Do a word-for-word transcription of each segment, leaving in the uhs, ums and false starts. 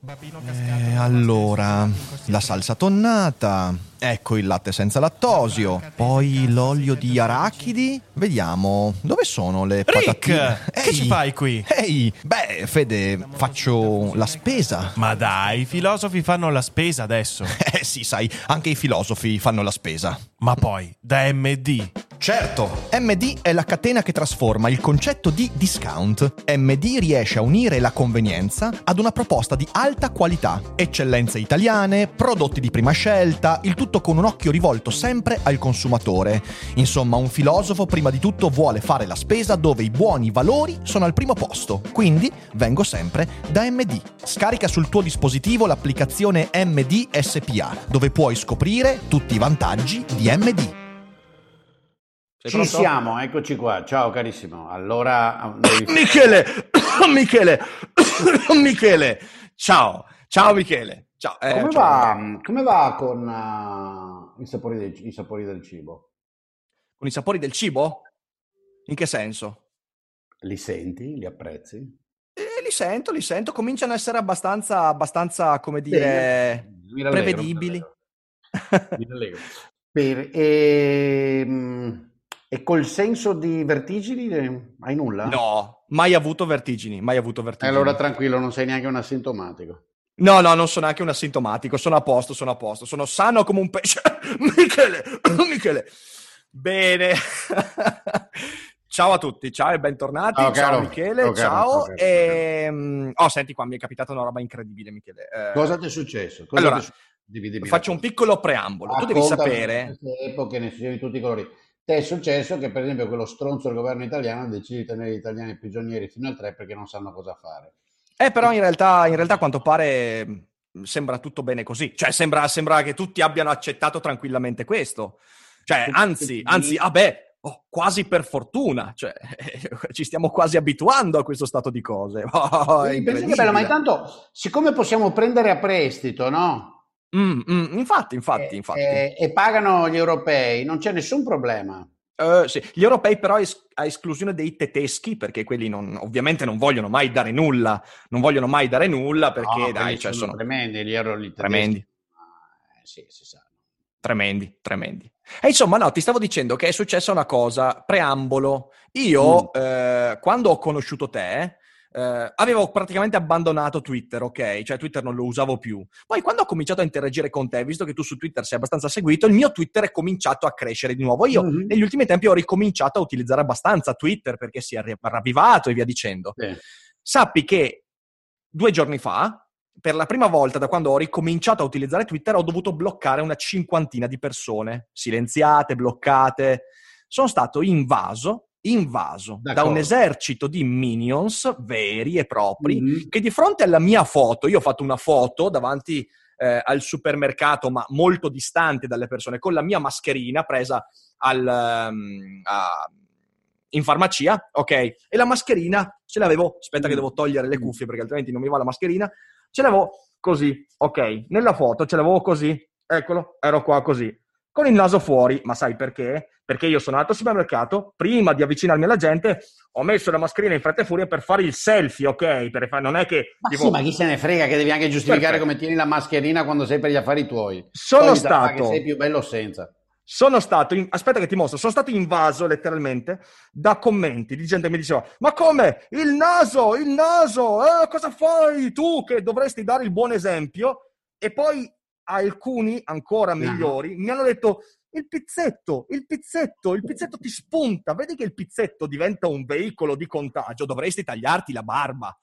Eh, allora, la salsa tonnata, ecco il latte senza lattosio, poi l'olio di arachidi. Vediamo, dove sono le patatine? Rick, che ci fai qui? Ehi, beh, Fede, faccio la spesa. Ma dai, i filosofi fanno la spesa adesso. Eh sì, sai, anche i filosofi fanno la spesa. Ma poi, da M D. Certo, M D è la catena che trasforma il concetto di discount. M D riesce a unire la convenienza ad una proposta di alta qualità, eccellenze italiane, prodotti di prima scelta, il tutto con un occhio rivolto sempre al consumatore. Insomma, un filosofo prima di tutto vuole fare la spesa dove i buoni valori sono al primo posto. Quindi vengo sempre da M D. Scarica sul tuo dispositivo l'applicazione M D S P A, dove puoi scoprire tutti i vantaggi di M D. Sei Ci pronto? Siamo, eccoci qua. Ciao carissimo. Allora, Michele, Michele, Michele. Ciao, ciao Michele. Ciao. Eh, come, ciao. Va, come va con uh, i, sapori del, i sapori del cibo? Con i sapori del cibo? In che senso? Li senti? Li apprezzi? Eh, li sento, li sento. Cominciano ad essere abbastanza, abbastanza, come dire, Bene. prevedibili. Mi rallegro. Per, e, e col senso di vertigini hai nulla? No, mai avuto vertigini, mai avuto vertigini. Allora tranquillo, non sei neanche un asintomatico. No, no, non sono neanche un asintomatico, sono a posto, sono a posto, sono sano come un pesce. Michele, Michele. Bene. Ciao a tutti, ciao e bentornati. Ciao, ciao caro. Michele, ciao. ciao. Caro, e... Oh, senti qua, mi è capitata una roba incredibile, Michele. Eh... Cosa ti è successo? Cosa allora, ti è su... faccio un piccolo preambolo. Racconta, tu devi sapere... in queste epoche ne si di tutti i colori. Te è successo che, per esempio, quello stronzo del governo italiano decide di tenere gli italiani prigionieri fino al tre perché non sanno cosa fare. Eh, però in realtà, in realtà a quanto pare sembra tutto bene così. Cioè, sembra, sembra che tutti abbiano accettato tranquillamente questo. Cioè, anzi, anzi, ah beh, oh, quasi per fortuna. Cioè, ci stiamo quasi abituando a questo stato di cose. Oh, sì, pensi che bello, ma intanto, siccome possiamo prendere a prestito, no? Mm, mm, infatti, infatti, e, infatti. E, e pagano gli europei, non c'è nessun problema. Uh, sì. Gli europei però es- a esclusione dei tedeschi, perché quelli non, ovviamente non vogliono mai dare nulla, non vogliono mai dare nulla perché no, dai, cioè sono, sono tremendi, gli euro gli tremendi. Eh, sì, si sa. Tremendi, tremendi. E insomma, no, ti stavo dicendo che è successa una cosa, preambolo. Io, mm. eh, quando ho conosciuto te, eh, avevo praticamente abbandonato Twitter, ok? Cioè Twitter non lo usavo più. Poi quando ho cominciato a interagire con te, visto che tu su Twitter sei abbastanza seguito, il mio Twitter è cominciato a crescere di nuovo. Io mm-hmm. negli ultimi tempi ho ricominciato a utilizzare abbastanza Twitter perché si è ravvivato e via dicendo. Sì. Sappi che due giorni fa, per la prima volta da quando ho ricominciato a utilizzare Twitter, ho dovuto bloccare una cinquantina di persone, silenziate, bloccate. Sono stato invaso, invaso D'accordo. da un esercito di minions veri e propri, mm-hmm. che di fronte alla mia foto, io ho fatto una foto davanti eh, al supermercato, ma molto distante dalle persone, con la mia mascherina presa al... Um, a, in farmacia, ok? E la mascherina ce l'avevo, aspetta che devo togliere le cuffie perché altrimenti non mi va la mascherina, ce l'avevo così, ok? Nella foto ce l'avevo così, eccolo, ero qua così, con il naso fuori, ma sai perché? Perché io sono andato al supermercato, prima di avvicinarmi alla gente, ho messo la mascherina in fretta e furia per fare il selfie, ok? Per fare, non è che... Ma tipo... sì, ma chi se ne frega che devi anche giustificare Perfetto. come tieni la mascherina quando sei per gli affari tuoi. Sono Poi stato... che sei più bello senza. Sono stato, in... aspetta che ti mostro, sono stato invaso letteralmente da commenti di gente che mi diceva: ma come? Il naso, il naso, eh, cosa fai tu che dovresti dare il buon esempio? E poi alcuni ancora migliori no. mi hanno detto: il pizzetto, il pizzetto, il pizzetto ti spunta, vedi che il pizzetto diventa un veicolo di contagio, dovresti tagliarti la barba.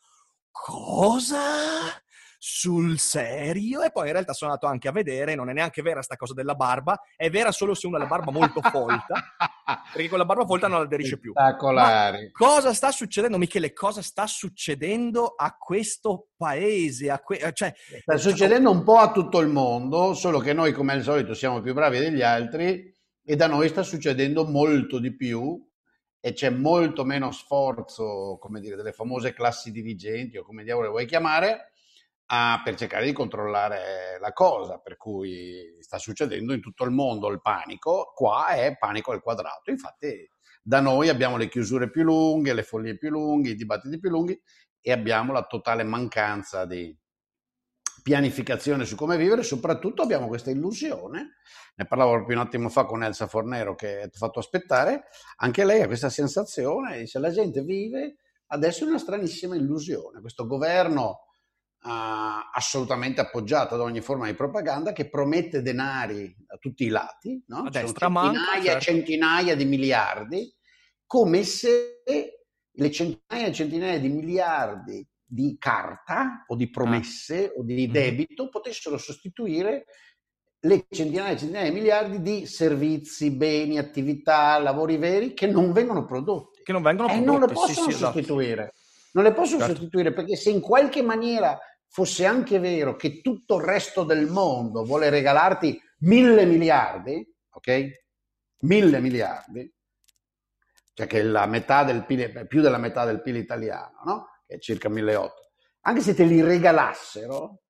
Cosa? Sul serio? E poi in realtà sono andato anche a vedere, non è neanche vera sta cosa della barba, è vera solo se uno ha la barba molto folta, perché con la barba folta non aderisce più. Spettacolari. Ma cosa sta succedendo, Michele? Cosa sta succedendo a questo paese? A que- cioè, sta succedendo un po' a tutto il mondo, solo che noi come al solito siamo più bravi degli altri e da noi sta succedendo molto di più e c'è molto meno sforzo, come dire, delle famose classi dirigenti o come diavolo le vuoi chiamare, a, per cercare di controllare la cosa, per cui sta succedendo in tutto il mondo il panico, qua è panico al quadrato. Infatti da noi abbiamo le chiusure più lunghe, le follie più lunghe, i dibattiti più lunghi e abbiamo la totale mancanza di, pianificazione su come vivere, soprattutto abbiamo questa illusione, ne parlavo proprio un attimo fa con Elsa Fornero che ti ha fatto aspettare, anche lei ha questa sensazione, dice la gente vive adesso in una stranissima illusione, questo governo uh, assolutamente appoggiato da ogni forma di propaganda che promette denari a tutti i lati, no? A Ci sono destra centinaia manca, e certo. centinaia di miliardi, come se le centinaia e centinaia di miliardi di carta o di promesse Ah. o di Mhm. debito potessero sostituire le centinaia e centinaia di miliardi di servizi, beni, attività, lavori veri che non vengono prodotti. Che non vengono E prodotti, non le sì, possono sì, esatto. sostituire. Non le possono Certo. sostituire perché se in qualche maniera fosse anche vero che tutto il resto del mondo vuole regalarti mille miliardi, ok? Mille miliardi, cioè che è la metà del P I L, più della metà del P I L italiano, no? Che è circa milleottocento. Anche se te li regalassero,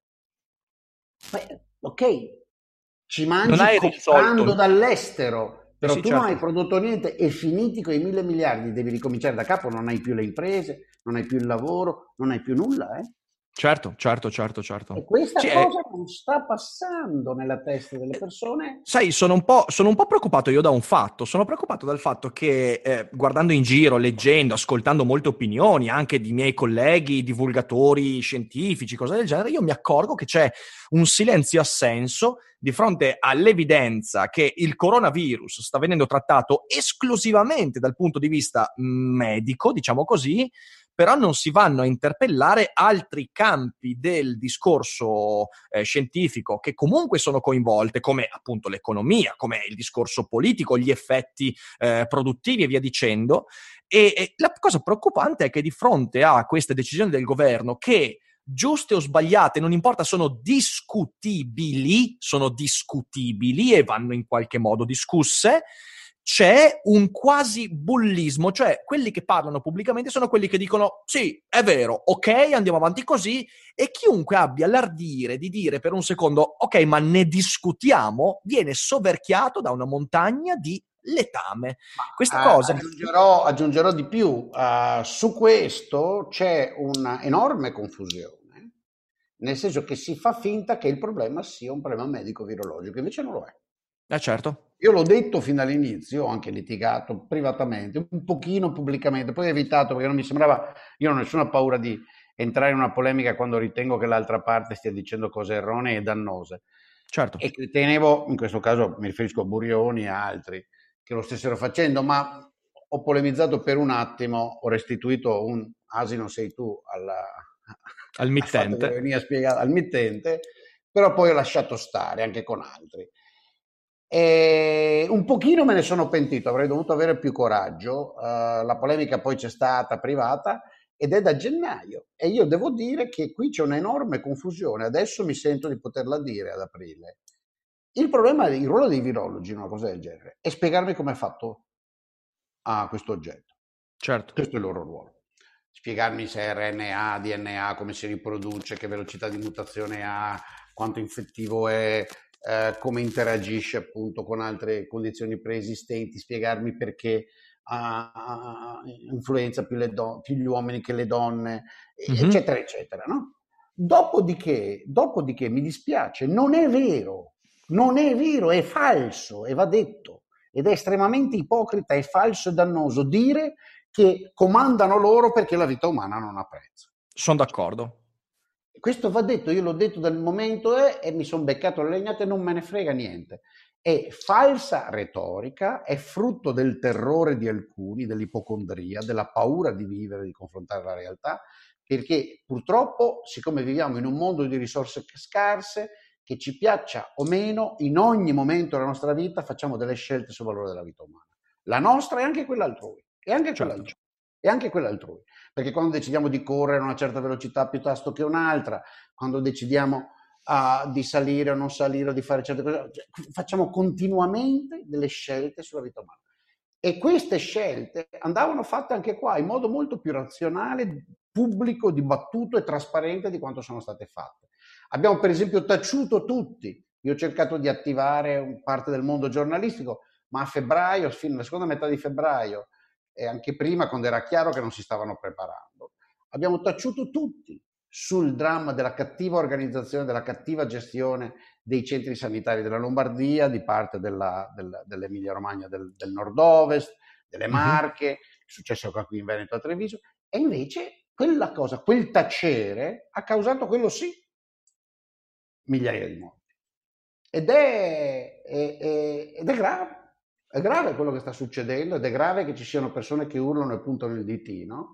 beh, ok, ci Non mangi hai comprando risolto. dall'estero, però Sì, sì, tu non certo. hai prodotto niente e finiti quei mille miliardi devi ricominciare da capo, non hai più le imprese, non hai più il lavoro, non hai più nulla, eh? Certo, certo, certo, E certo. questa Sì, è... cosa non sta passando nella testa delle persone. Sai, sono un po', sono un po' preoccupato io da un fatto. Sono preoccupato dal fatto che, eh, guardando in giro, leggendo, ascoltando molte opinioni, anche di miei colleghi, divulgatori scientifici, cose del genere, io mi accorgo che c'è un silenzio assenso di fronte all'evidenza che il coronavirus sta venendo trattato esclusivamente dal punto di vista medico, diciamo così, però non si vanno a interpellare altri campi del discorso eh, scientifico che comunque sono coinvolte, come appunto l'economia, come il discorso politico, gli effetti eh, produttivi e via dicendo. E, e la cosa preoccupante è che di fronte a queste decisioni del governo che giuste o sbagliate, non importa, sono discutibili, sono discutibili e vanno in qualche modo discusse, c'è un quasi bullismo, cioè quelli che parlano pubblicamente sono quelli che dicono sì, è vero, ok, andiamo avanti così, e chiunque abbia l'ardire di dire per un secondo ok, ma ne discutiamo, viene soverchiato da una montagna di letame. Questa Ma, eh, cosa... aggiungerò, aggiungerò di più, eh, su questo c'è un'enorme confusione, nel senso che si fa finta che il problema sia un problema medico-virologico, invece non lo è. Eh certo. Io l'ho detto fin dall'inizio, ho anche litigato privatamente, un pochino pubblicamente, poi ho evitato perché non mi sembrava, io non ho nessuna paura di entrare in una polemica quando ritengo che l'altra parte stia dicendo cose erronee e dannose. Certo. E tenevo, in questo caso mi riferisco a Burioni e altri, che lo stessero facendo, ma ho polemizzato per un attimo, ho restituito un asino sei tu alla, Al al fatto che mittente. veniva spiegato al mittente, però poi ho lasciato stare anche con altri. E un pochino me ne sono pentito, avrei dovuto avere più coraggio, uh, la polemica poi c'è stata privata ed è da gennaio e io devo dire che qui c'è un'enorme confusione, adesso mi sento di poterla dire ad aprile. Il problema, il ruolo dei virologi in una cosa del genere è spiegarmi come è fatto a questo oggetto. Certo. Questo è il loro ruolo. Spiegarmi se è R N A, D N A, come si riproduce, che velocità di mutazione ha, quanto infettivo è, eh, come interagisce appunto con altre condizioni preesistenti, spiegarmi perché uh, influenza più, le do- più gli uomini che le donne, Mm-hmm. eccetera, eccetera, no? Dopodiché, dopodiché mi dispiace, non è vero, non è vero, è falso e va detto. Ed è estremamente ipocrita, è falso e dannoso dire che comandano loro perché la vita umana non ha prezzo. Sono d'accordo. Questo va detto, io l'ho detto dal momento è, e mi sono beccato le legnate, non me ne frega niente. È falsa retorica, è frutto del terrore di alcuni, dell'ipocondria, della paura di vivere, di confrontare la realtà, perché purtroppo, siccome viviamo in un mondo di risorse scarse, che ci piaccia o meno, in ogni momento della nostra vita facciamo delle scelte sul valore della vita umana. La nostra e anche quella altrui. E anche quella Certo. altrui. E anche quella altrui. Perché quando decidiamo di correre a una certa velocità piuttosto che un'altra, quando decidiamo uh, di salire o non salire o di fare certe cose, facciamo continuamente delle scelte sulla vita umana. E queste scelte andavano fatte anche qua in modo molto più razionale, pubblico, dibattuto e trasparente di quanto sono state fatte. Abbiamo per esempio taciuto tutti, io ho cercato di attivare parte del mondo giornalistico, ma a febbraio, fino alla seconda metà di febbraio e anche prima, quando era chiaro che non si stavano preparando, abbiamo taciuto tutti sul dramma della cattiva organizzazione, della cattiva gestione dei centri sanitari della Lombardia, di parte della, della, dell'Emilia Romagna del, del nord-ovest, delle Marche, mm-hmm. è successo qua qui in Veneto a Treviso, e invece quella cosa, quel tacere ha causato, quello sì, migliaia di morti. Ed è, è, è, ed è grave, è grave quello che sta succedendo, ed è grave che ci siano persone che urlano e puntano il ditino,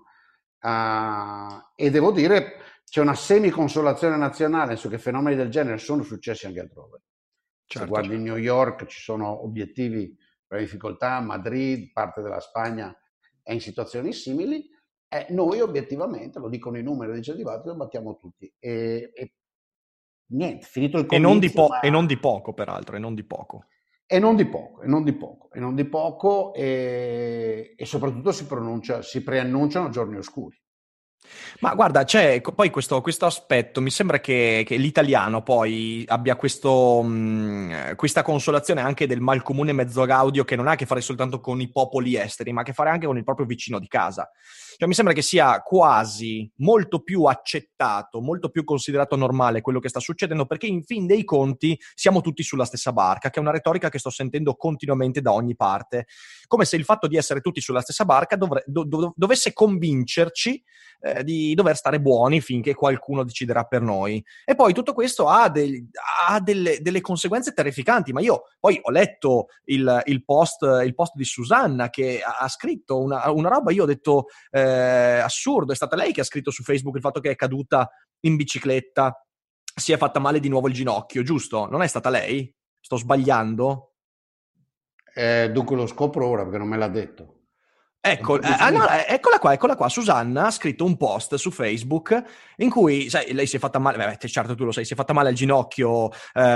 uh, e devo dire c'è una semiconsolazione nazionale su che fenomeni del genere sono successi anche altrove. Certo, Se guardi certo. New York ci sono obiettivi per difficoltà, Madrid, parte della Spagna è in situazioni simili, eh, noi obiettivamente, lo dicono i numeri, lo dice il dibattito, battiamo tutti. E, e niente, finito il comizio. E non, di po- ma... e non di poco, peraltro, e non di poco. E non di poco, e non di poco, e non di poco, e, e soprattutto si pronuncia, si preannunciano giorni oscuri. Ma guarda, c'è poi questo, questo aspetto, mi sembra che, che l'italiano poi abbia questo, mh, questa consolazione anche del malcomune mezzo gaudio, che non ha a che fare soltanto con i popoli esteri, ma a che fare anche con il proprio vicino di casa. Cioè, mi sembra che sia quasi molto più accettato, molto più considerato normale quello che sta succedendo, perché in fin dei conti siamo tutti sulla stessa barca, che è una retorica che sto sentendo continuamente da ogni parte, come se il fatto di essere tutti sulla stessa barca dovre- do- do- dovesse convincerci eh, di dover stare buoni finché qualcuno deciderà per noi. E poi tutto questo ha, del, ha delle, delle conseguenze terrificanti, ma io poi ho letto il, il, post, il post di Susanna che ha, ha scritto una, una roba, io ho detto eh, assurdo, è stata lei che ha scritto su Facebook il fatto che è caduta in bicicletta, si è fatta male di nuovo il ginocchio, giusto? Non è stata lei? Sto sbagliando? Eh, dunque lo scopro ora perché non me l'ha detto. Ecco, eh, ah, no, eccola qua, eccola qua. Susanna ha scritto un post su Facebook in cui, sai, lei si è fatta male, beh, certo tu lo sai, si è fatta male al ginocchio,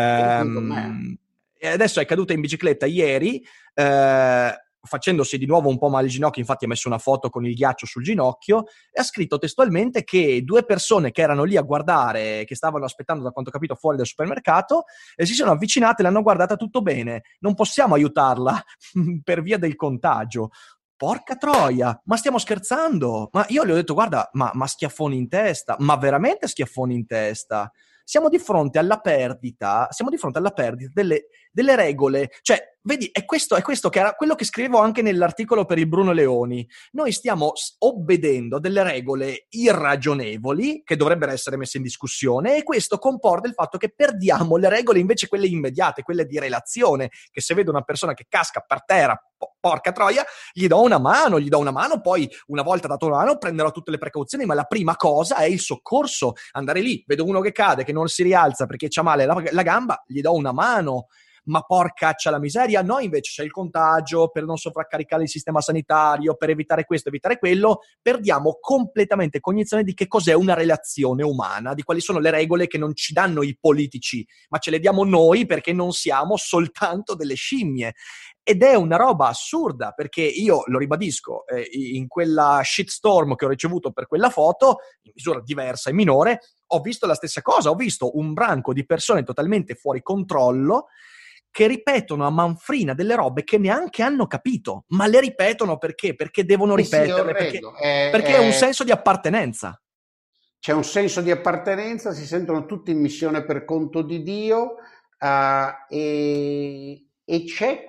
ehm, e adesso è caduta in bicicletta ieri, eh, facendosi di nuovo un po' male il ginocchio, infatti ha messo una foto con il ghiaccio sul ginocchio e ha scritto testualmente che due persone che erano lì a guardare, che stavano aspettando, da quanto ho capito, fuori dal supermercato, e si sono avvicinate e l'hanno guardata tutto bene. Non possiamo aiutarla per via del contagio. Porca troia, ma stiamo scherzando? Ma io le ho detto, guarda, ma, ma schiaffoni in testa, ma veramente schiaffoni in testa? Siamo di fronte alla perdita, siamo di fronte alla perdita delle, delle regole. Cioè, vedi, è questo, è questo che era quello che scrivevo anche nell'articolo per il Bruno Leoni. Noi stiamo obbedendo a delle regole irragionevoli che dovrebbero essere messe in discussione, e questo comporta il fatto che perdiamo le regole, invece quelle immediate, quelle di relazione, che se vedo una persona che casca per terra, porca troia, gli do una mano, gli do una mano, poi una volta dato una mano prenderò tutte le precauzioni, ma la prima cosa è il soccorso, andare lì, vedo uno che cade, che non si rialza perché c'ha male la, la gamba, gli do una mano. Ma porcaccia la miseria, no, invece c'è il contagio, per non sovraccaricare il sistema sanitario, per evitare questo, evitare quello, perdiamo completamente cognizione di che cos'è una relazione umana, di quali sono le regole che non ci danno i politici, ma ce le diamo noi perché non siamo soltanto delle scimmie. Ed è una roba assurda, perché io, lo ribadisco, eh, in quella shitstorm che ho ricevuto per quella foto, in misura diversa e minore, ho visto la stessa cosa, ho visto un branco di persone totalmente fuori controllo che ripetono a manfrina delle robe che neanche hanno capito, ma le ripetono perché? Perché devono sì, ripeterle, sì, perché, è, perché è, è un senso di appartenenza. C'è un senso di appartenenza, si sentono tutti in missione per conto di Dio, uh, e, e c'è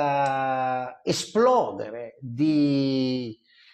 questa esplodere di,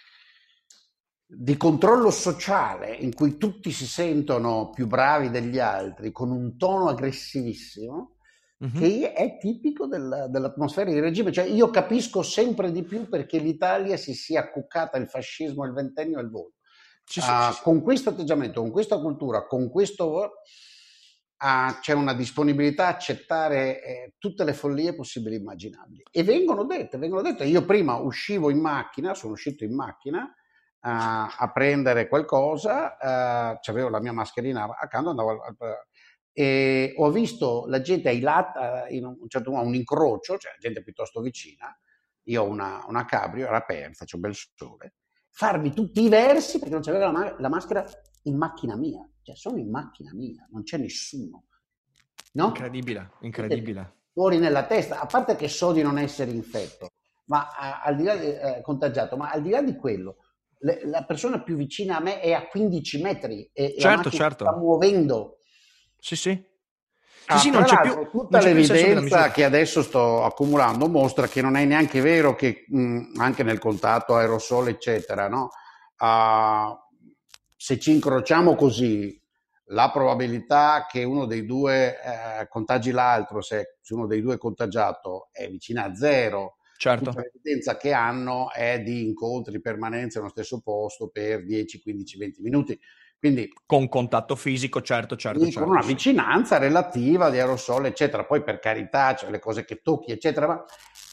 di controllo sociale in cui tutti si sentono più bravi degli altri, con un tono aggressivissimo, mm-hmm. che è tipico del, dell'atmosfera di regime. Cioè, io capisco sempre di più perché l'Italia si sia cuccata il fascismo, il ventennio e il voto. Sì, sì, uh, sì. Con questo atteggiamento, con questa cultura, con questo uh, c'è una disponibilità a accettare eh, tutte le follie possibili e immaginabili, e vengono dette, vengono dette. Io prima uscivo in macchina, sono uscito in macchina uh, a prendere qualcosa, uh, c'avevo la mia mascherina accanto, andavo al, al, e ho visto la gente ai lati, in un certo modo un incrocio, cioè gente piuttosto vicina, io ho una, una cabrio, era aperta, c'è un bel sole, farmi tutti i versi perché non c'aveva la, ma- la maschera in macchina mia, cioè sono in macchina mia, non c'è nessuno, no? Incredibile, incredibile. Fuori nella testa, a parte che so di non essere infetto, ma a, al di là di, eh, contagiato, ma al di là di quello, le, la persona più vicina a me è a quindici metri e la Certo, macchina si sta certo. muovendo. Sì, sì. Sì, Ah, sì, non tra c'è più, l'altro, non tutta c'è più il senso della l'evidenza misura. che adesso sto accumulando mostra che non è neanche vero che mh, anche nel contatto aerosol, eccetera, no? Ah, se ci incrociamo così, la probabilità che uno dei due eh, contagi l'altro, se, se uno dei due è contagiato, è vicina a zero. Tutta Certo. l'evidenza che hanno è di incontri, permanenza nello stesso posto per dieci, quindici, venti minuti. Quindi Con contatto fisico, certo, certo, sì, con certo, una sì. vicinanza relativa di aerosol, eccetera. Poi per carità, c'è le cose che tocchi, eccetera. Ma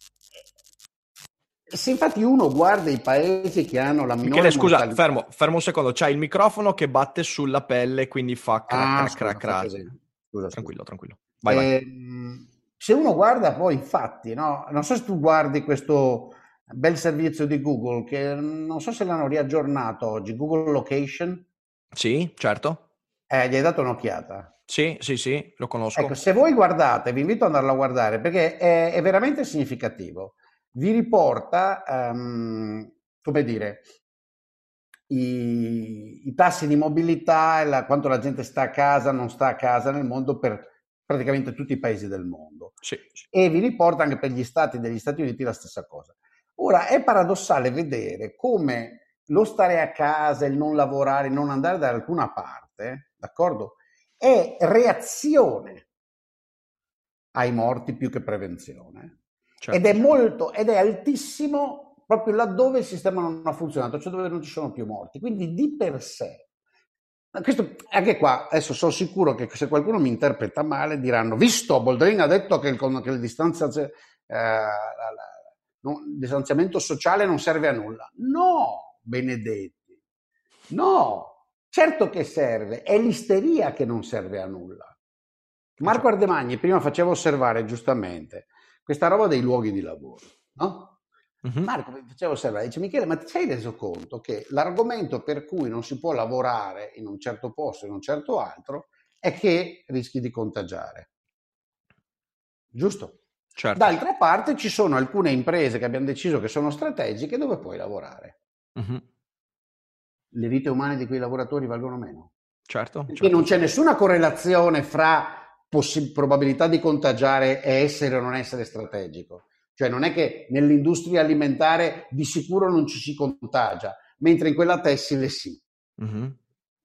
se infatti uno guarda i paesi che hanno la Michele, minore scusa, mortalità. fermo, fermo un secondo. C'hai il microfono che batte sulla pelle, quindi fa crac, Ah, crac, crac, scusa, fa crac. casino. Scusa, scusa. Tranquillo, tranquillo. Vai, vai. Ehm, se uno guarda poi, infatti, no? Non so se tu guardi questo bel servizio di Google, che non so se l'hanno riaggiornato oggi, Google Location. Sì, certo. Eh, gli hai dato un'occhiata. Sì, sì, sì, lo Ecco, conosco. se voi guardate, vi invito ad andarlo a guardare perché è, è veramente significativo. Vi riporta, ehm, come dire, i, i tassi di mobilità e la- quanto la gente sta a casa, non sta a casa nel mondo per praticamente tutti i paesi del mondo. Sì. E vi riporta anche per gli stati degli Stati Uniti la stessa cosa. Ora, è paradossale vedere come lo stare a casa, il non lavorare, il non andare da alcuna parte, d'accordo? È reazione ai morti più che prevenzione. Ed è Certo, certo. molto, ed è altissimo proprio laddove il sistema non ha funzionato, cioè dove non ci sono più morti. Quindi di per sé, questo, anche qua, adesso sono sicuro che se qualcuno mi interpreta male diranno, visto, Boldrin ha detto che il, che il distanza, eh, la, la, non, il distanziamento sociale non serve a nulla. No, benedetti, no, certo che serve, è l'isteria che non serve a nulla. Eh già. Marco Ardemagni prima faceva osservare giustamente questa roba dei luoghi di lavoro, no? Mhm. Marco mi faceva osservare, dice Michele, ma ti sei reso conto che l'argomento per cui non si può lavorare in un certo posto, in un certo altro, è che rischi di contagiare, giusto? Certo. D'altra parte ci sono alcune imprese che abbiamo deciso che sono strategiche dove puoi lavorare. Mhm. Le vite umane di quei lavoratori valgono meno. Certo, Perché certo, non c'è certo. nessuna correlazione fra possi- probabilità di contagiare e essere o non essere strategico. Cioè non è che nell'industria alimentare di sicuro non ci si contagia, mentre in quella tessile sì. Mhm.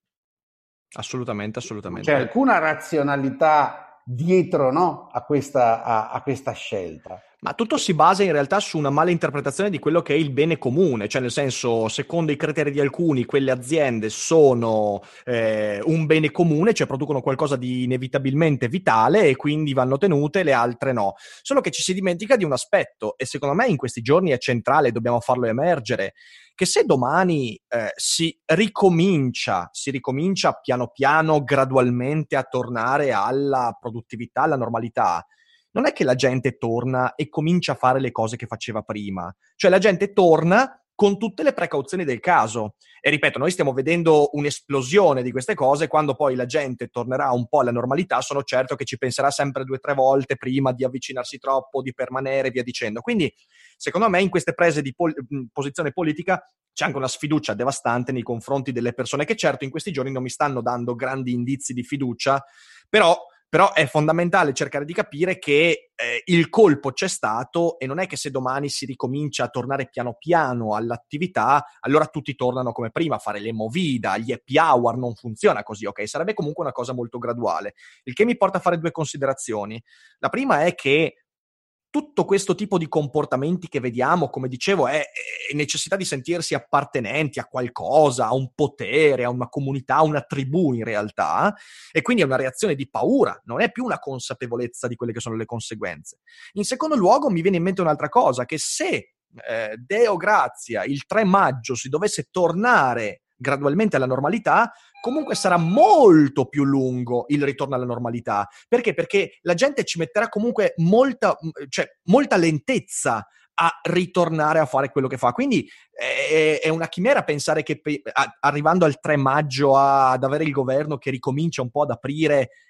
Assolutamente, Non c'è assolutamente. alcuna razionalità dietro, no, a questa, a, a questa scelta. Ma tutto si basa in realtà su una mala interpretazione di quello che è il bene comune, cioè nel senso, secondo i criteri di alcuni, quelle aziende sono eh, un bene comune, cioè producono qualcosa di inevitabilmente vitale e quindi vanno tenute, le altre no. Solo che ci si dimentica di un aspetto e secondo me in questi giorni è centrale, dobbiamo farlo emergere, che se domani eh, si ricomincia, si ricomincia piano piano, gradualmente a tornare alla produttività, alla normalità, non è che la gente torna e comincia a fare le cose che faceva prima. Cioè la gente torna con tutte le precauzioni del caso. E ripeto, noi stiamo vedendo un'esplosione di queste cose, quando poi la gente tornerà un po' alla normalità, sono certo che ci penserà sempre due o tre volte prima di avvicinarsi troppo, di permanere e via dicendo. Quindi, secondo me, in queste prese di pol- posizione politica c'è anche una sfiducia devastante nei confronti delle persone che certo in questi giorni non mi stanno dando grandi indizi di fiducia, però però è fondamentale cercare di capire che eh, il colpo c'è stato e non è che se domani si ricomincia a tornare piano piano all'attività, allora tutti tornano come prima a fare le movida, gli happy hour, non funziona così, ok? Sarebbe comunque una cosa molto graduale. Il che mi porta a fare due considerazioni. La prima è che tutto questo tipo di comportamenti che vediamo, come dicevo, è, è necessità di sentirsi appartenenti a qualcosa, a un potere, a una comunità, a una tribù in realtà, e quindi è una reazione di paura, non è più una consapevolezza di quelle che sono le conseguenze. In secondo luogo mi viene in mente un'altra cosa, che se eh, Deo grazia il tre maggio si dovesse tornare gradualmente alla normalità, comunque sarà molto più lungo il ritorno alla normalità. Perché? Perché la gente ci metterà comunque molta, cioè, molta lentezza a ritornare a fare quello che fa. Quindi è, è una chimera pensare che pe- a, arrivando al tre maggio a, ad avere il governo che ricomincia un po' ad aprire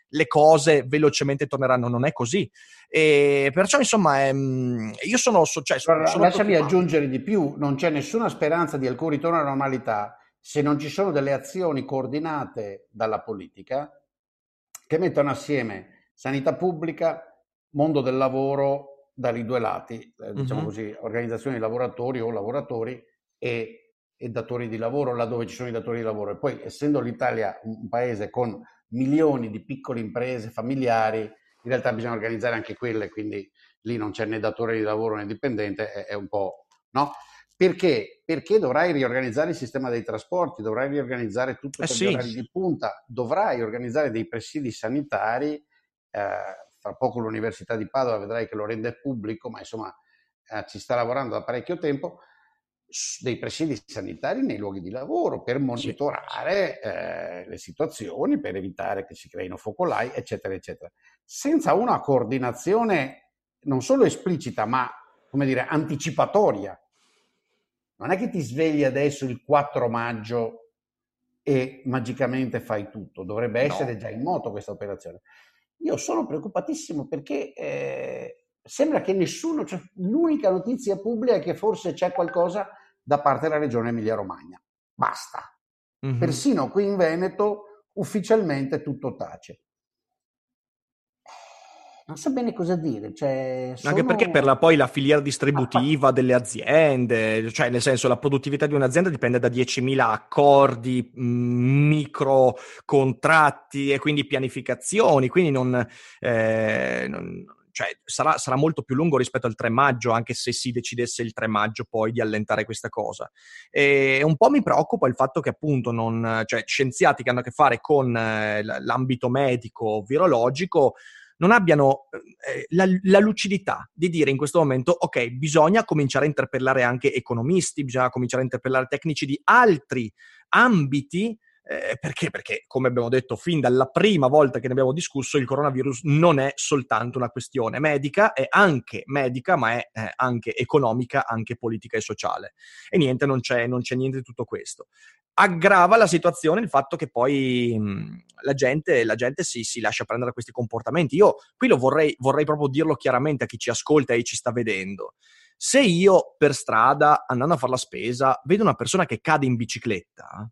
le cose velocemente torneranno. Non è così. E perciò, insomma, è, io sono, cioè, Allora, sono lasciami preoccupato. aggiungere di più, non c'è nessuna speranza di alcun ritorno alla normalità se non ci sono delle azioni coordinate dalla politica che mettono assieme sanità pubblica, mondo del lavoro dai due lati, eh, diciamo Mhm. così, organizzazioni di lavoratori o lavoratori e, e datori di lavoro, laddove ci sono i datori di lavoro. E poi, essendo l'Italia un paese con milioni di piccole imprese familiari, in realtà bisogna organizzare anche quelle, quindi lì non c'è né datore di lavoro né dipendente, è, è un po', no? Perché? Perché dovrai riorganizzare il sistema dei trasporti, dovrai riorganizzare tutto Eh per gli sì, orari di punta, dovrai organizzare dei presidi sanitari, eh, fra poco l'Università di Padova vedrai che lo rende pubblico, ma insomma eh, ci sta lavorando da parecchio tempo, dei presidi sanitari nei luoghi di lavoro per sì. monitorare eh, le situazioni, per evitare che si creino focolai, eccetera, eccetera. Senza una coordinazione non solo esplicita, ma come dire, anticipatoria. Non è che ti svegli adesso il quattro maggio e magicamente fai tutto, dovrebbe No. essere già in moto questa operazione. Io sono preoccupatissimo perché eh, sembra che nessuno, cioè, l'unica notizia pubblica è che forse c'è qualcosa da parte della regione Emilia-Romagna. Basta. Mhm. Persino qui in Veneto ufficialmente tutto tace. Non so bene cosa dire, cioè Anche perché per sono... la, poi la filiera distributiva delle aziende, cioè nel senso la produttività di un'azienda dipende da diecimila accordi, mh, micro contratti e quindi pianificazioni, quindi non, eh, non- cioè sarà, sarà molto più lungo rispetto al tre maggio, anche se si decidesse il tre maggio poi di allentare questa cosa. E un po' mi preoccupa il fatto che appunto non, cioè scienziati che hanno a che fare con eh, l'ambito medico, virologico, non abbiano eh, la, la lucidità di dire in questo momento, ok, bisogna cominciare a interpellare anche economisti, bisogna cominciare a interpellare tecnici di altri ambiti, eh, perché? Perché, come abbiamo detto fin dalla prima volta che ne abbiamo discusso, il coronavirus non è soltanto una questione medica, è anche medica, ma è eh, anche economica, anche politica e sociale. E niente, non c'è, non c'è niente di tutto questo. Aggrava la situazione il fatto che poi mh, la gente, la gente si, si lascia prendere a questi comportamenti. Io qui lo vorrei, vorrei proprio dirlo chiaramente a chi ci ascolta e ci sta vedendo. Se io per strada, andando a fare la spesa, vedo una persona che cade in bicicletta,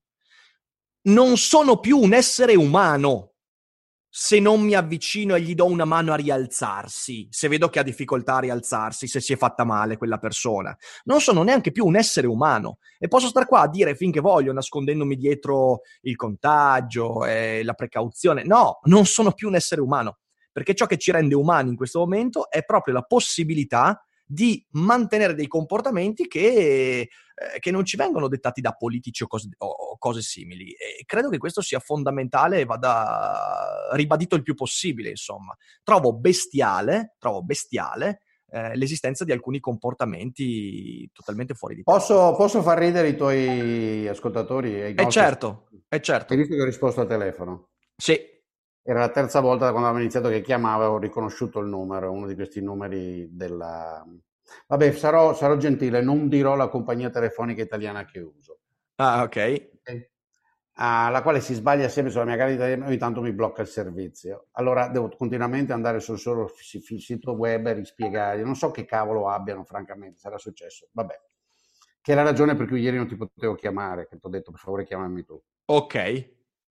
non sono più un essere umano se non mi avvicino e gli do una mano a rialzarsi, se vedo che ha difficoltà a rialzarsi, se si è fatta male quella persona. Non sono neanche più un essere umano e posso star qua a dire finché voglio, nascondendomi dietro il contagio e la precauzione. No, non sono più un essere umano, perché ciò che ci rende umani in questo momento è proprio la possibilità di mantenere dei comportamenti che, eh, che non ci vengono dettati da politici o cose, o cose simili. E credo che questo sia fondamentale e vada ribadito il più possibile, insomma. Trovo bestiale, trovo bestiale eh, l'esistenza di alcuni comportamenti totalmente fuori di testa. Posso, posso far ridere i tuoi ascoltatori e i E nostri certo, ascoltatori? è Hai certo. visto che ho risposto al telefono? Sì. Era la terza volta da quando avevamo iniziato che chiamavo, ho riconosciuto il numero, uno di questi numeri della... Vabbè, sarò, sarò gentile, non dirò la compagnia telefonica italiana che uso, Ah, ok. ok? Alla quale si sbaglia sempre sulla mia carta e ogni tanto mi blocca il servizio. Allora devo continuamente andare sul loro sito web e rispiegare. Non so che cavolo abbiano, francamente, sarà successo. Vabbè, che è la ragione per cui ieri non ti potevo chiamare, che ti ho detto per favore chiamami tu. Ok.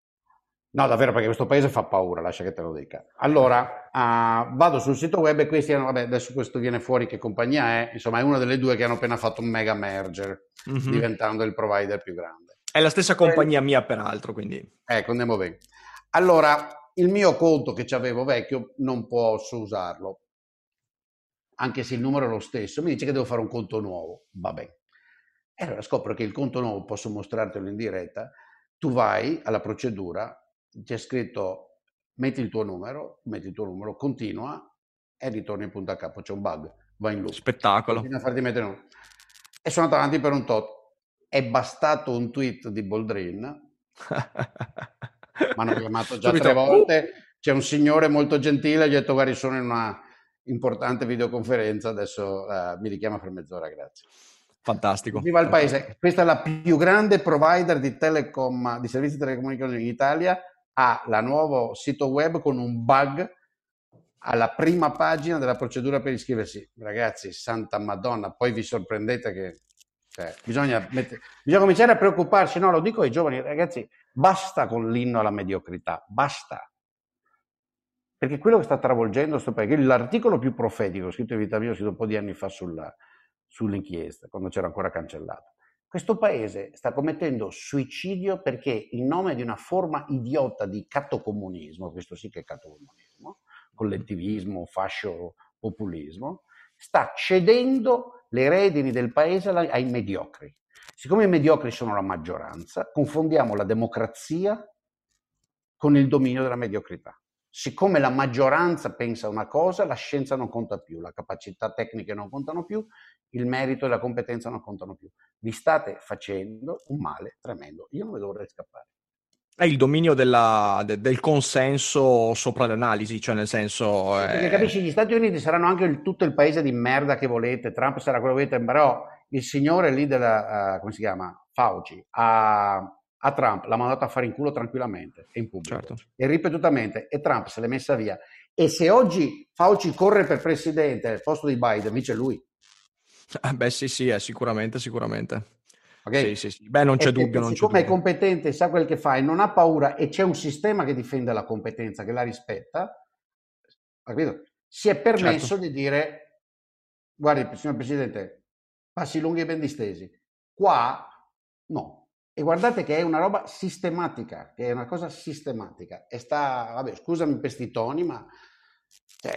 No, davvero, perché questo paese fa paura, lascia che te lo dica. Allora, uh, vado sul sito web e questi hanno, vabbè, adesso questo viene fuori che compagnia è, insomma, è una delle due che hanno appena fatto un mega merger, Mm-hmm. diventando il provider più grande. È la stessa compagnia mia, peraltro, quindi... Ecco, andiamo bene. Allora, il mio conto che c'avevo vecchio non posso usarlo, anche se il numero è lo stesso, mi dice che devo fare un conto nuovo, va bene. E allora scopro che il conto nuovo, posso mostrartelo in diretta, tu vai alla procedura, c'è scritto metti il tuo numero, metti il tuo numero, continua e ritorni in punto a capo, c'è un bug, vai in loop. Spettacolo. Continua a farti mettere un... E sono andato avanti per un tot. È bastato un tweet di Boldrin, mi hanno chiamato già Subito. tre volte, c'è un signore molto gentile, gli ho detto guardi sono in una importante videoconferenza, adesso uh, mi richiama per mezz'ora, grazie. Fantastico. Viva il fantastico. paese, questa è la più grande provider di telecom, di servizi di telecomunicazione in Italia, ha il nuovo sito web con un bug alla prima pagina della procedura per iscriversi. Ragazzi, santa Madonna, poi vi sorprendete che cioè, bisogna, mette... bisogna cominciare a preoccuparsi. No, lo dico ai giovani, ragazzi, basta con l'inno alla mediocrità, basta. Perché quello che sta travolgendo questo paese, l'articolo più profetico scritto in vita mia, scritto un po' di anni fa sulla, sull'inchiesta, quando c'era ancora cancellato. Questo paese sta commettendo suicidio perché in nome di una forma idiota di catocomunismo, questo sì che è catocomunismo, collettivismo, fascio, populismo, sta cedendo le redini del paese ai mediocri. Siccome i mediocri sono la maggioranza, confondiamo la democrazia con il dominio della mediocrità. Siccome la maggioranza pensa una cosa, la scienza non conta più, la capacità tecniche non contano più, il merito e la competenza non contano più. Vi state facendo un male tremendo. Io non vedo l'ora di scappare. È il dominio della, de, del consenso sopra l'analisi, cioè nel senso... Sì, è... perché capisci, gli Stati Uniti saranno anche il, tutto il paese di merda che volete, Trump sarà quello che volete, però il signore lì della, uh, come si chiama, Fauci, a, a Trump l'ha mandato a fare in culo tranquillamente, e in pubblico, certo. e ripetutamente, e Trump se l'è messa via. E se oggi Fauci corre per presidente al posto di Biden, vince lui. Eh beh sì, sì, è sicuramente, sicuramente. Okay? Sì, sì, sì. Beh, non c'è E dubbio, non c'è siccome dubbio. è competente, sa quel che fa e non ha paura e c'è un sistema che difende la competenza, che la rispetta, capito? Si è permesso Certo. di dire, guardi, signor Presidente, passi lunghi e ben distesi. Qua no. E guardate che è una roba sistematica, che è una cosa sistematica. E sta, vabbè, scusami per sti toni, ma cioè,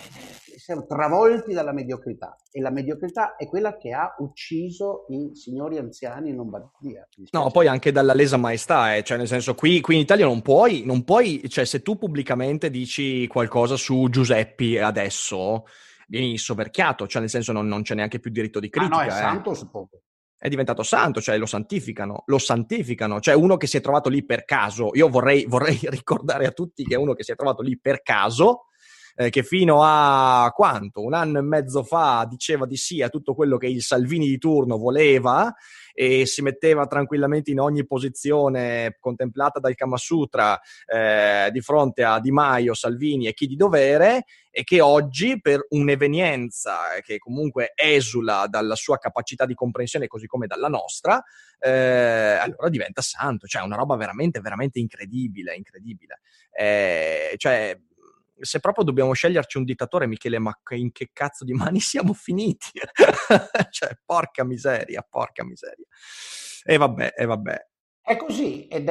siamo travolti dalla mediocrità. E la mediocrità è quella che ha ucciso i signori anziani in Lombardia. No, poi anche dalla lesa maestà, eh. Cioè nel senso qui, qui in Italia non puoi, non puoi, cioè se tu pubblicamente dici qualcosa su Giuseppi adesso, vieni soverchiato, cioè nel senso non, non c'è neanche più diritto di Ah no, è critica, eh. santo, suppongo. È diventato santo, cioè lo santificano, lo santificano, cioè uno che si è trovato lì per caso, io vorrei, vorrei ricordare a tutti che è uno che si è trovato lì per caso, eh, che fino a quanto? Un anno e mezzo fa diceva di sì a tutto quello che il Salvini di turno voleva e si metteva tranquillamente in ogni posizione contemplata dal Kama Sutra eh, di fronte a Di Maio, Salvini e chi di dovere, e che oggi per un'evenienza che comunque esula dalla sua capacità di comprensione così come dalla nostra, eh, allora diventa santo, cioè una roba veramente veramente incredibile, incredibile. Eh, cioè se proprio dobbiamo sceglierci un dittatore, Michele, ma in che cazzo di mani siamo finiti? Cioè, porca miseria, porca miseria. E vabbè, e vabbè. È così ed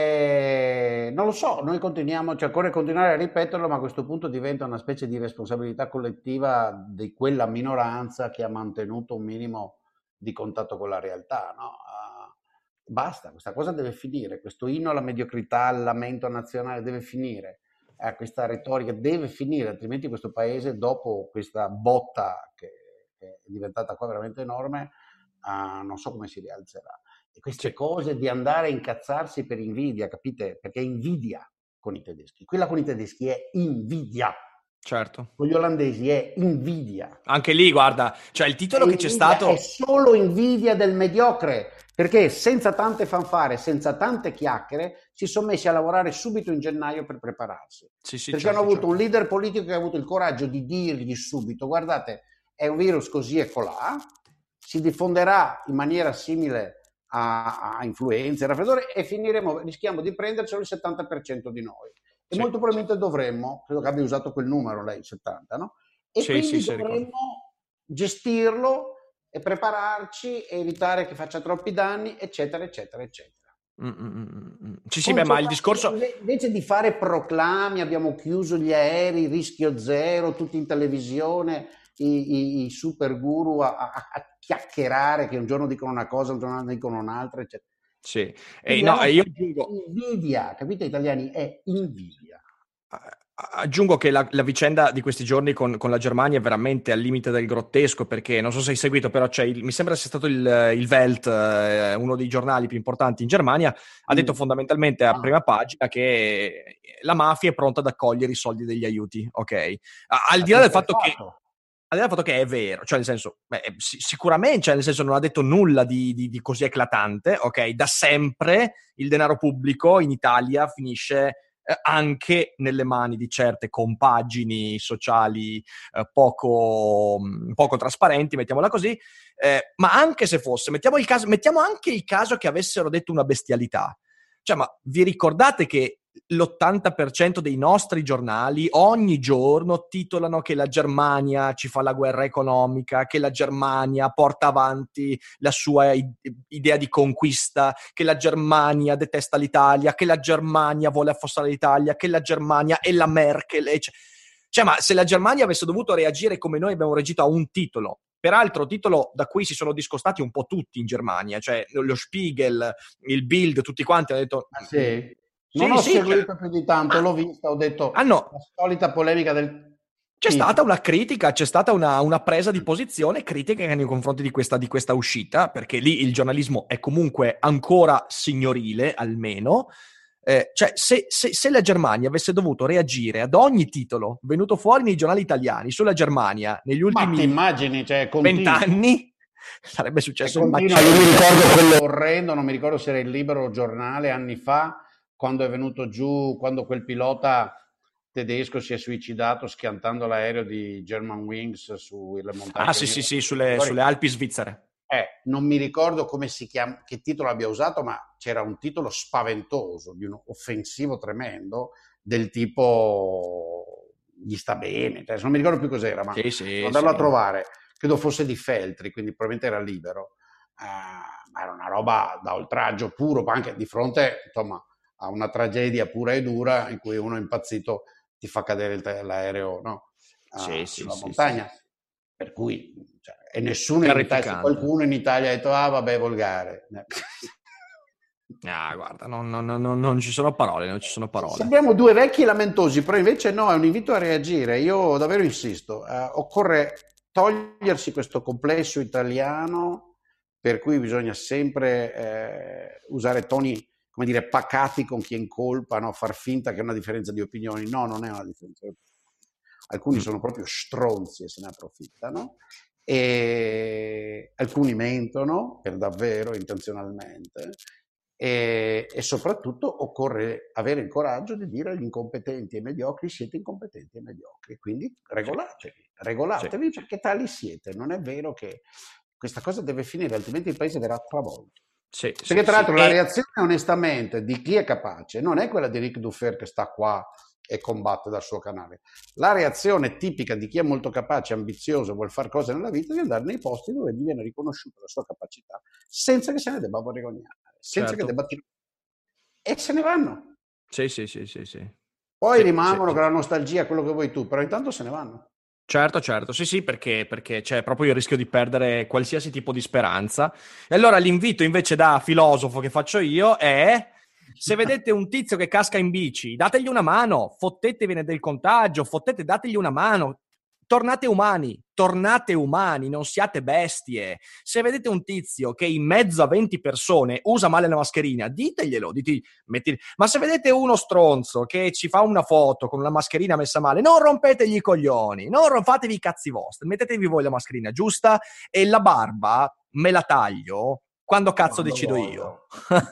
è, non lo so, noi continuiamo, cioè occorre continuare a ripeterlo, ma a questo punto diventa una specie di responsabilità collettiva di quella minoranza che ha mantenuto un minimo di contatto con la realtà, no? Uh, basta, questa cosa deve finire, questo inno alla mediocrità, al lamento nazionale deve finire. Eh, questa retorica deve finire, altrimenti questo paese, dopo questa botta che, che è diventata qua veramente enorme, uh, non so come si rialzerà. E queste Sì. cose di andare a incazzarsi per invidia, capite? Perché è invidia con i tedeschi. Quella con i tedeschi è invidia. Certo. Con gli olandesi è invidia. Anche lì, guarda, cioè il titolo è che c'è invidia, stato... È solo invidia del mediocre, perché senza tante fanfare, senza tante chiacchiere, si sono messi a lavorare subito in gennaio per prepararsi. Sì, sì, perché certo, hanno avuto certo. un leader politico che ha avuto il coraggio di dirgli subito, guardate, è un virus così e colà, si diffonderà in maniera simile a, a influenza, raffreddore, e finiremo, rischiamo di prendercelo il settanta per cento di noi. E Sì, molto probabilmente dovremmo, credo che abbia usato quel numero lei, settanta, no? E sì, quindi sì, sì, ricordo. dovremmo gestirlo e prepararci e evitare che faccia troppi danni, eccetera, eccetera, eccetera. Mm, mm, mm. Sì, sì, beh, ma il discorso... Invece di fare proclami, abbiamo chiuso gli aerei, rischio zero, tutti in televisione, i, i, i super guru a, a, a chiacchierare, che un giorno dicono una cosa, un giorno dicono un'altra, eccetera. Sì, eh, no, io aggiungo... Invidia, capite italiani? È invidia. Aggiungo che la, la vicenda di questi giorni con, con la Germania è veramente al limite del grottesco, perché non so se hai seguito, però c'è il, mi sembra sia stato il, il Welt, eh, uno dei giornali più importanti in Germania, ha detto Mm. fondamentalmente a Ah. prima pagina che la mafia è pronta ad accogliere i soldi degli aiuti, ok? Al Ma di là del sempre fatto che... fatto. al di là del fatto che è vero, cioè nel senso, beh, sicuramente, cioè nel senso non ha detto nulla di, di, di così eclatante, ok? Da sempre il denaro pubblico in Italia finisce eh, anche nelle mani di certe compagini sociali eh, poco, poco trasparenti, mettiamola così, eh, ma anche se fosse, mettiamo, il caso, mettiamo anche il caso che avessero detto una bestialità. Cioè, ma vi ricordate che l'ottanta per cento dei nostri giornali ogni giorno titolano che la Germania ci fa la guerra economica, che la Germania porta avanti la sua idea di conquista, che la Germania detesta l'Italia, che la Germania vuole affossare l'Italia, che la Germania è la Merkel. Cioè, cioè, ma se la Germania avesse dovuto reagire come noi abbiamo reagito a un titolo, peraltro titolo da cui si sono discostati un po' tutti in Germania, cioè lo Spiegel, il Bild, tutti quanti hanno detto... Ah, sì? Sì, Non ho sì, seguito cioè, più di tanto, ma, l'ho vista, ho detto hanno, la solita polemica del c'è tipo. stata una critica, c'è stata una, una presa di posizione critica nei confronti di questa, di questa uscita, perché lì il giornalismo è comunque ancora signorile, almeno. Eh, cioè, se, se, se la Germania avesse dovuto reagire ad ogni titolo venuto fuori nei giornali italiani sulla Germania negli Ma ti ultimi immagini, cioè, continua. vent'anni, sarebbe E successo il continua, macello. io mi ricordo quello orrendo, non mi ricordo se era il Libero giornale anni fa, quando è venuto giù, quando quel pilota tedesco si è suicidato schiantando l'aereo di Germanwings sulle montagne. Ah, sì, sì, sì, sulle, sulle Alpi svizzere. Eh, non mi ricordo come si chiama, che titolo abbia usato, ma c'era un titolo spaventoso, di un offensivo tremendo, del tipo gli sta bene, cioè, non mi ricordo più cos'era, ma Sì, sì, devo andarlo sì. a trovare, credo fosse di Feltri, quindi probabilmente era Libero, uh, ma era una roba da oltraggio puro, ma anche di fronte, insomma, a una tragedia pura e dura in cui uno impazzito ti fa cadere il, l'aereo, no? Uh, Sì, sì, sulla sì, montagna. sì. Per cui, cioè, e nessuno in Italia, se Terrificante. qualcuno in Italia ha detto, ah vabbè, volgare. Ah, guarda, non, non, non, non ci sono parole, non ci sono parole. Abbiamo due vecchi lamentosi, però invece no, è un invito a reagire. Io davvero insisto, eh, occorre togliersi questo complesso italiano per cui bisogna sempre eh, usare toni, come dire, pacati con chi è in colpa, no? Far finta che è una differenza di opinioni. No, non è una differenza di opinioni. Alcuni sono proprio stronzi e se ne approfittano, e alcuni mentono per davvero, intenzionalmente, e, e soprattutto occorre avere il coraggio di dire agli incompetenti e mediocri: siete incompetenti e mediocri, quindi regolatevi, regolatevi Sì. perché tali siete. Non è vero che questa cosa deve finire, altrimenti il paese verrà travolto. Sì, Perché sì, tra l'altro sì. la E... reazione onestamente di chi è capace non è quella di Ric Dufer che sta qua e combatte dal suo canale. La reazione tipica di chi è molto capace, ambizioso, vuol fare cose nella vita, è di andare nei posti dove gli viene riconosciuta la sua capacità senza che se ne debba vergognare, senza certo. che debba tirare. E se ne vanno. Sì, sì, sì, sì, sì. Poi Sì, rimangono sì, con sì. la nostalgia, quello che vuoi tu, però intanto se ne vanno. Certo, certo, sì, sì, perché, perché c'è proprio il rischio di perdere qualsiasi tipo di speranza. E allora l'invito invece da filosofo che faccio io è: se vedete un tizio che casca in bici, dategli una mano, fottetevene del contagio, fottete, dategli una mano. Tornate umani, tornate umani, non siate bestie. Se vedete un tizio che in mezzo a venti persone usa male la mascherina, diteglielo, dite, metti... ma se vedete uno stronzo che ci fa una foto con una mascherina messa male, non rompetegli i coglioni, non rom- fatevi i cazzi vostri, mettetevi voi la mascherina giusta e la barba me la taglio quando cazzo Quando decido voglio. io.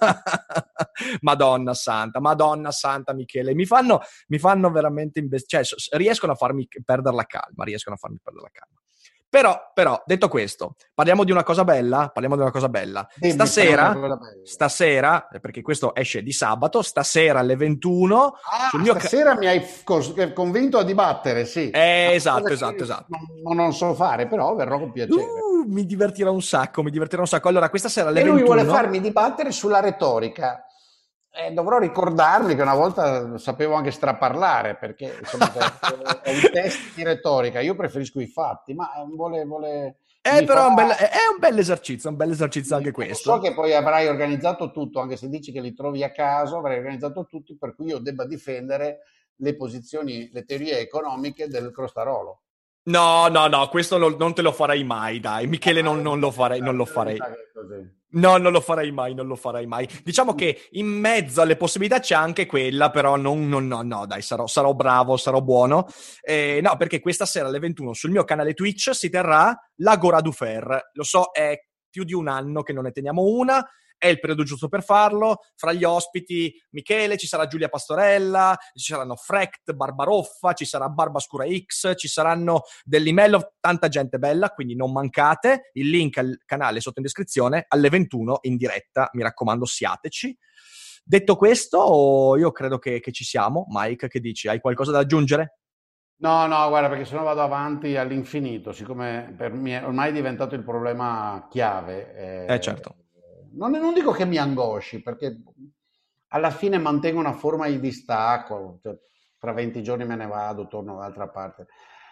Madonna santa, Madonna santa Michele, mi fanno, mi fanno veramente imbest- cioè riescono a farmi perdere la calma, riescono a farmi perdere la calma. Però, però, detto questo, parliamo di una cosa bella, parliamo di una cosa bella. Dimmi, Stasera, parliamo della bella. stasera, perché questo esce di sabato, stasera alle ventuno, Ah, sul mio ca- stasera mi hai cos- convinto a dibattere, sì. eh, Una esatto, cosa che esatto, io esatto. non, non so fare, però verrò con piacere. Uh, mi divertirà un sacco, mi divertirà un sacco. Allora, questa sera alle E lui vuole ventuno... farmi dibattere sulla retorica. Eh, dovrò ricordarmi che una volta sapevo anche straparlare, perché insomma è un test di retorica. Io preferisco i fatti, ma vuole, vuole, Eh, mi però è farà... un bel, è un bel esercizio, è un bel esercizio anche Lo so questo. che poi avrai organizzato tutto, anche se dici che li trovi a caso, avrai organizzato tutto per cui io debba difendere le posizioni, le teorie economiche del Crostarolo. No, no, no, questo lo- non te lo farei mai, dai. Michele, non, Ah, non lo farei, non lo farei. mi sa che è così. No, non lo farei mai, non lo farei mai. Diciamo che in mezzo alle possibilità c'è anche quella, però non, non, no, no, dai, sarò, sarò bravo, sarò buono. Eh, no, perché questa sera alle ventuno sul mio canale Twitch si terrà l'Agora du Fer. Lo so, è più di un anno che non ne teniamo una, è il periodo giusto per farlo. Fra gli ospiti Michele, ci sarà Giulia Pastorella, ci saranno Frecht, Barbaroffa, ci sarà Barbascura X, ci saranno Dellimello, tanta gente bella, quindi non mancate. Il link al canale è sotto in descrizione, alle ventuno in diretta, mi raccomando, siateci. Detto questo, io credo che, che ci siamo. Mike, che dici? Hai qualcosa da aggiungere? No, no, guarda, perché sennò vado avanti all'infinito, siccome per me è ormai diventato il problema chiave. Eh, eh certo. Non, non dico che mi angosci, perché alla fine mantengo una forma di distacco, cioè, fra venti giorni me ne vado, torno dall'altra parte.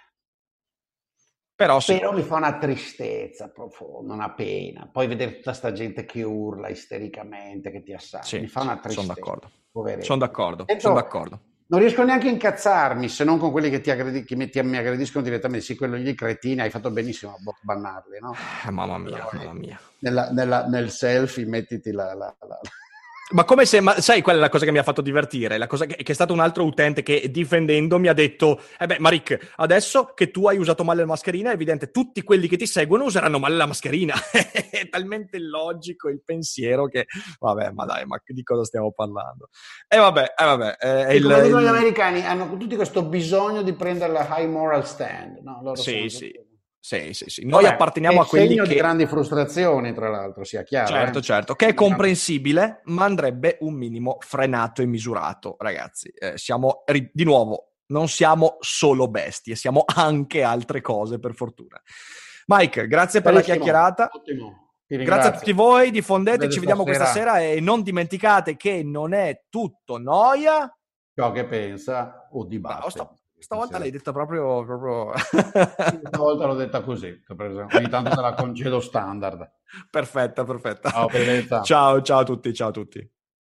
Però, sì. Però mi fa una tristezza profonda, una pena. Poi vedere tutta sta gente che urla istericamente, che ti assaggia, sì, mi fa una tristezza. Sono d'accordo, poveretto. sono d'accordo, Dentro, sono d'accordo. Non riesco neanche a incazzarmi, se non con quelli che, ti aggredi- che mi, ti, mi aggrediscono direttamente. Sì, quello gli cretini, hai fatto benissimo a bannarli, no? Eh, mamma mia, Però, mamma mia. Nella, nella, nel selfie mettiti la... la, la... Ma come se, ma sai qual è la cosa che mi ha fatto divertire? La cosa che, che è stato un altro utente che difendendomi ha detto: eh beh, Maric, adesso che tu hai usato male la mascherina, è evidente, tutti quelli che ti seguono useranno male la mascherina. È talmente illogico il pensiero che, vabbè, ma dai, ma di cosa stiamo parlando? E eh, vabbè, eh, vabbè. Eh, e il, come dicono il... gli americani, hanno tutti questo bisogno di prendere la high moral stand, no? Loro sì, sono... sì. Sì, sì, sì. Noi Vabbè, apparteniamo a quelli segno che... di grandi frustrazioni, tra l'altro, sia chiaro. Certo, eh? certo, che è comprensibile, ma andrebbe un minimo frenato e misurato, ragazzi. Eh, siamo, di nuovo, non siamo solo bestie, siamo anche altre cose, per fortuna. Mike, grazie per Benissimo, la chiacchierata. Ottimo. Grazie a tutti voi, diffondete, ci vediamo stasera. questa sera e non dimenticate che non è tutto noia. Ciò che pensa o dibatte. Bravo, sto... Stavolta l'hai detta proprio... proprio... Stavolta l'ho detta così, ogni tanto te la concedo standard. Perfetta, perfetta. Ciao, bellezza. Ciao, ciao a tutti, ciao a tutti.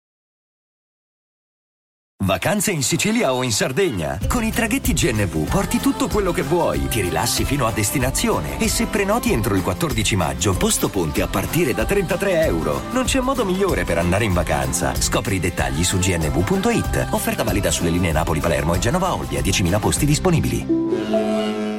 Vacanze in Sicilia o in Sardegna? Con i traghetti G N V porti tutto quello che vuoi, ti rilassi fino a destinazione e se prenoti entro il quattordici maggio, posto ponti a partire da trentatré euro. Non c'è modo migliore per andare in vacanza. Scopri i dettagli su g n v punto i t. Offerta valida sulle linee Napoli-Palermo e Genova-Olbia, diecimila posti disponibili.